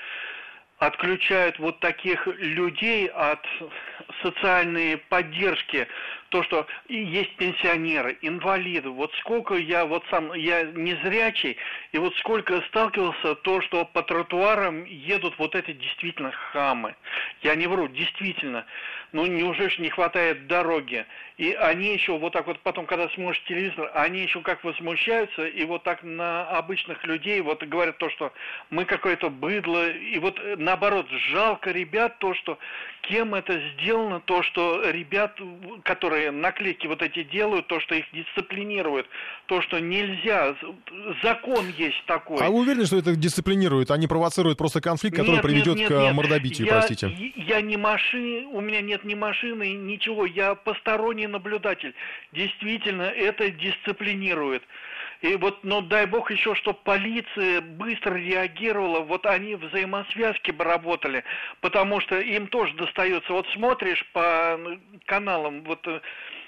отключают вот таких людей от социальной поддержки, то, что есть пенсионеры, инвалиды. Вот сколько я, вот сам, я незрячий, и вот сколько сталкивался, то, что по тротуарам едут вот эти действительно хамы. Я не вру, действительно. Ну, неужели не хватает дороги? И они еще вот так вот потом, когда смотришь телевизор, они еще как возмущаются, и вот так на обычных людей вот говорят то, что мы какое-то быдло, и вот наоборот, жалко ребят, то, что кем это сделано, то, что ребят, которые наклейки вот эти делают, то, что их дисциплинируют, то, что нельзя, закон есть такой. А вы уверены, что это дисциплинирует, а не провоцирует просто конфликт, который нет, приведет нет, к нет, нет. мордобитию, я, простите? Я не машина, у меня нет ни машины, ничего, я посторонний наблюдатель. Действительно, это дисциплинирует. И вот, ну, дай бог еще, чтобы полиция быстро реагировала, вот они в взаимосвязке бы работали, потому что им тоже достается, вот смотришь по каналам, вот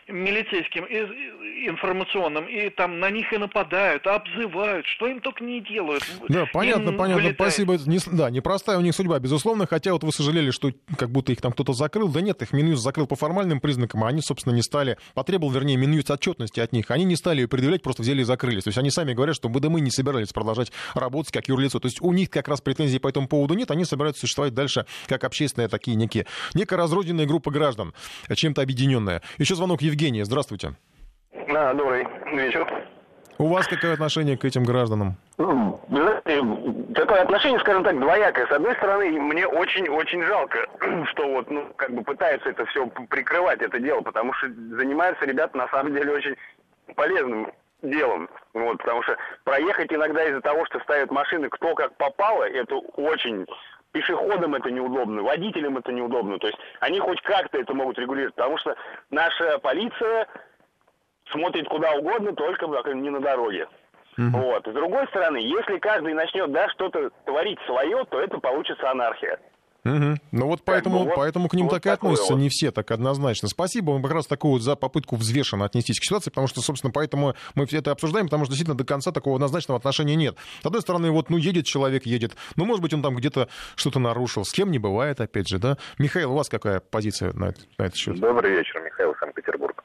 милицейским и информационным, и там на них и нападают, обзывают, что им только не делают. Да, понятно, им понятно, вылетает. спасибо. Не, да, непростая у них судьба, безусловно, хотя вот вы сожалели, что как будто их там кто-то закрыл. Да нет, их Минюст закрыл по формальным признакам, а они, собственно, не стали, потребовал, вернее, Минюст отчетности от них. Они не стали ее предъявлять, просто взяли и закрылись. То есть они сами говорят, что да мы не собирались продолжать работать как юрлицо. То есть у них как раз претензий по этому поводу нет, они собираются существовать дальше как общественные такие некие, некая разрозненная группа граждан, чем-то объединенная. Еще звонок Евгения. Здравствуйте. Да, добрый вечер. У вас какое отношение к этим гражданам? Ну, вы знаете, такое отношение, скажем так, двоякое. С одной стороны, мне очень-очень жалко, что вот, ну, как бы пытаются это все прикрывать, это дело, потому что занимаются ребята, на самом деле, очень полезным делом. Вот, потому что проехать иногда из-за того, что ставят машины кто как попало, это очень... Пешеходам это неудобно, водителям это неудобно. То есть они хоть как-то это могут регулировать, потому что наша полиция смотрит куда угодно, только не на дороге. Mm-hmm. Вот. С другой стороны, если каждый начнет, да, что-то творить свое, то это получится анархия. Угу. Ну вот поэтому, вот, поэтому к ним вот так и относятся вот. Не все так однозначно. Спасибо вам как раз такую вот за попытку взвешенно отнестись к ситуации, потому что, собственно, поэтому мы все это обсуждаем, потому что действительно до конца такого однозначного отношения нет. С одной стороны, вот, ну, едет человек, едет, ну, может быть, он там где-то что-то нарушил, с кем не бывает, опять же, да? Михаил, у вас какая позиция на, на этот счет? Добрый вечер, Михаил, Санкт-Петербург.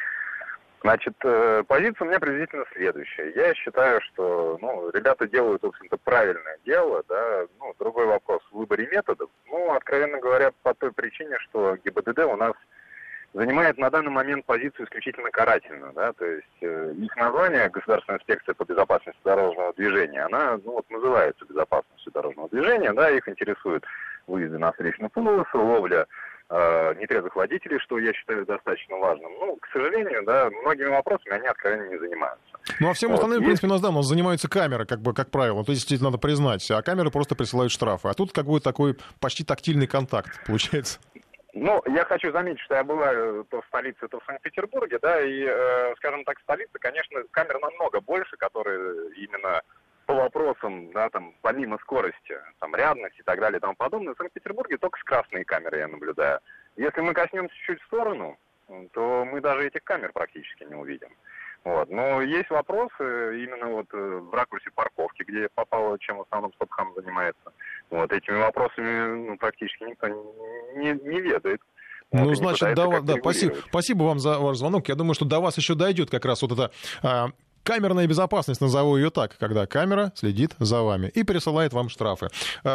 Значит, позиция у меня приблизительно следующая. Я считаю, что, ну, ребята делают, в общем-то, правильное дело, да, ну, другой вопрос в выборе методов. Ну, откровенно говоря, по той причине, что ГИБДД у нас занимает на данный момент позицию исключительно карательную, да, то есть э, их название, Государственная инспекция по безопасности дорожного движения, она, ну, вот называется безопасностью дорожного движения, да, их интересует выезды на встречную полосу, ловля нетрезвых водителей, что я считаю достаточно важным. Ну, к сожалению, да, многими вопросами они откровенно не занимаются. Ну, а всем вот. остальным, Есть... в принципе, у нас, да, у нас занимаются камеры, как бы, как правило. То есть, действительно, надо признать. А камеры просто присылают штрафы. А тут как бы такой почти тактильный контакт получается. Ну, я хочу заметить, что я бываю то в столице, то в Санкт-Петербурге, да, и, э, скажем так, столица, конечно, камер намного больше, которые именно по вопросам, да, там, помимо скорости, там, рядности и так далее и тому подобное, в Санкт-Петербурге только с красные камеры я наблюдаю. Если мы коснемся чуть в сторону, то мы даже этих камер практически не увидим. Вот. Но есть вопросы именно вот в ракурсе парковки, где попало, чем в основном Стопхам занимается. Вот. Этими вопросами, ну, практически никто не, не ведает. Ну, вот, значит, да, да, спасибо, спасибо вам за ваш звонок. Я думаю, что до вас еще дойдет как раз вот это... А... Камерная безопасность, назову ее так, когда камера следит за вами и присылает вам штрафы.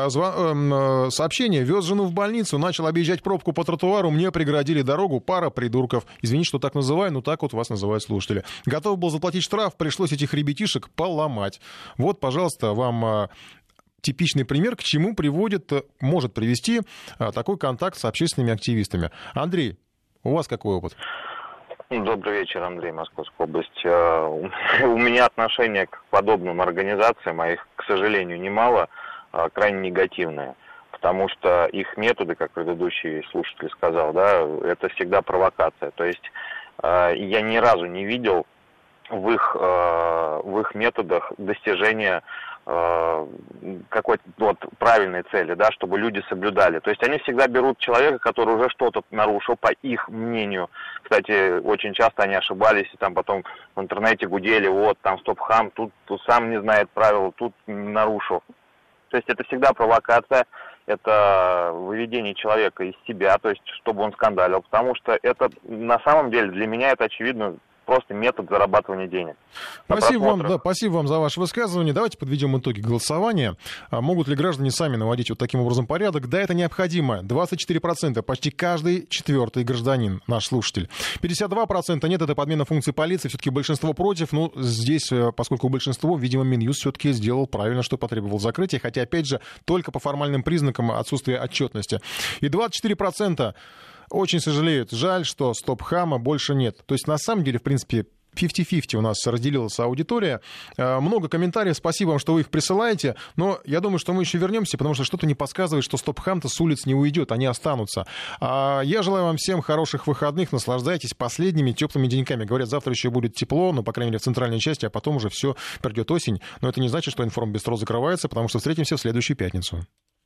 Сообщение. Вез жену в больницу, начал объезжать пробку по тротуару, мне преградили дорогу пара придурков. Извините, что так называю, но так вот вас называют слушатели. Готов был заплатить штраф, пришлось этих ребятишек поломать. Вот, пожалуйста, вам... типичный пример, к чему приводит, может привести такой контакт с общественными активистами. Андрей, у вас какой опыт? Добрый вечер, Андрей, Московская область. У меня отношение к подобным организациям, а их, к сожалению, немало, крайне негативное. Потому что их методы, как предыдущий слушатель сказал, да, это всегда провокация. То есть я ни разу не видел в их, в их методах достижения какой-то вот правильной цели, да, чтобы люди соблюдали. То есть они всегда берут человека, который уже что-то нарушил, по их мнению. Кстати, очень часто они ошибались, и там потом в интернете гудели, вот, там Стопхам, тут, тут сам не знает правил, тут нарушил. То есть это всегда провокация, это выведение человека из себя, то есть чтобы он скандалил, потому что это на самом деле для меня это очевидно просто метод зарабатывания денег. Спасибо вам, да, спасибо вам за ваше высказывание. Давайте подведем итоги голосования. А могут ли граждане сами наводить вот таким образом порядок? Да, это необходимо. двадцать четыре процента, почти каждый четвертый гражданин, наш слушатель. пятьдесят два процента нет, это подмена функций полиции. Все-таки большинство против. Ну, здесь, поскольку большинство, видимо, Минюст все-таки сделал правильно, что потребовал закрытия. Хотя, опять же, только по формальным признакам отсутствия отчетности. И двадцать четыре процента очень сожалеют. Жаль, что Стопхама больше нет. То есть, на самом деле, в принципе, пятьдесят на пятьдесят у нас разделилась аудитория. Много комментариев, спасибо вам, что вы их присылаете. Но я думаю, что мы еще вернемся, потому что что-то не подсказывает, что Стопхам-то с улиц не уйдет, они останутся. А я желаю вам всем хороших выходных, наслаждайтесь последними теплыми деньками. Говорят, завтра еще будет тепло, ну, по крайней мере, в центральной части, а потом уже все, придет осень. Но это не значит, что Информбистро закрывается, потому что встретимся в следующую пятницу.